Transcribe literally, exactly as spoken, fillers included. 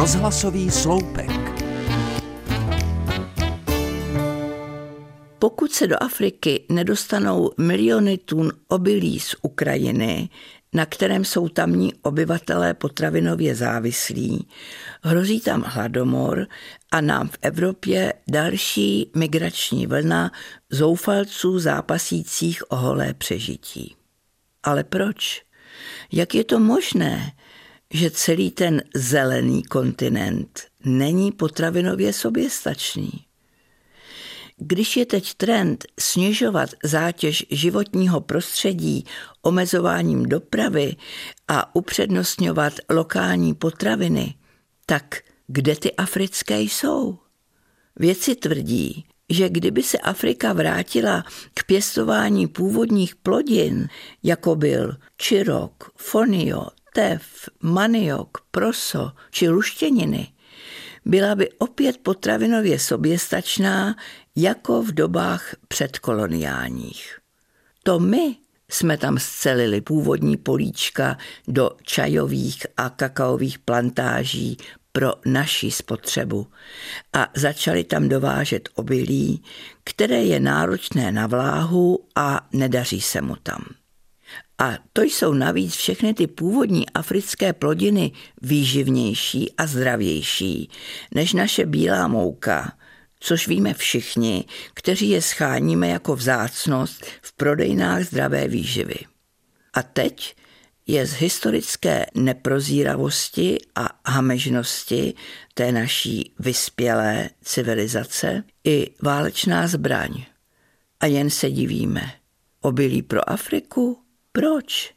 Rozhlasový sloupek. Pokud se do Afriky nedostanou miliony tun obilí z Ukrajiny, na kterém jsou tamní obyvatelé potravinově závislí, hrozí tam hladomor a nám v Evropě další migrační vlna zoufalců zápasících o holé přežití. Ale proč? Jak je to možné, že celý ten zelený kontinent není potravinově soběstačný? Když je teď trend snižovat zátěž životního prostředí omezováním dopravy a upřednostňovat lokální potraviny, tak kde ty africké jsou? Vědci tvrdí, že kdyby se Afrika vrátila k pěstování původních plodin, jako byl čirok, fonio, teff, maniok, proso či luštěniny, byla by opět potravinově soběstačná jako v dobách předkoloniálních. To my jsme tam scelili původní políčka do čajových a kakaových plantáží pro naši spotřebu a začali tam dovážet obilí, které je náročné na vláhu a nedaří se mu tam. A to jsou navíc všechny ty původní africké plodiny výživnější a zdravější než naše bílá mouka, což víme všichni, kteří je scháníme jako vzácnost v prodejnách zdravé výživy. A teď je z historické neprozíravosti a hamežnosti té naší vyspělé civilizace i válečná zbraň. A jen se divíme. Obilí pro Afriku? Proč?